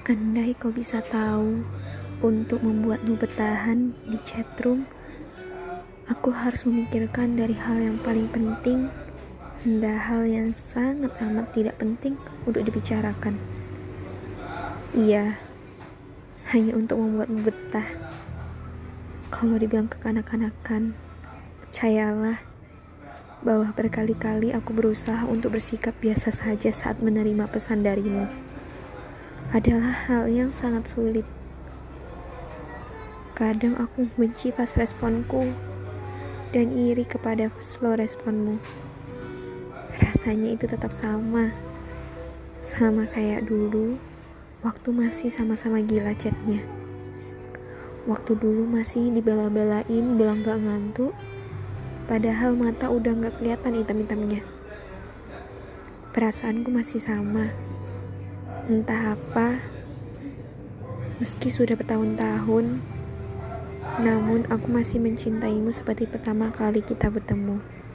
Andai kau bisa tahu, untuk membuatmu bertahan di chatroom, aku harus memikirkan dari hal yang paling penting hingga hal yang sangat amat tidak penting untuk dibicarakan. Iya, hanya untuk membuatmu betah. Kalau dibilang kekanak-kanakan, percayalah bahwa berkali-kali aku berusaha untuk bersikap biasa saja saat menerima pesan darimu. Adalah hal yang sangat sulit. Kadang aku membenci fast responku dan iri kepada slow responmu. Rasanya itu tetap sama kayak dulu, waktu masih sama-sama gila chatnya. Waktu dulu masih dibela-belain bilang gak ngantuk, padahal mata udah gak kelihatan hitam-hitamnya. Perasaanku masih sama. Entah apa, meski sudah bertahun-tahun, namun aku masih mencintaimu seperti pertama kali kita bertemu.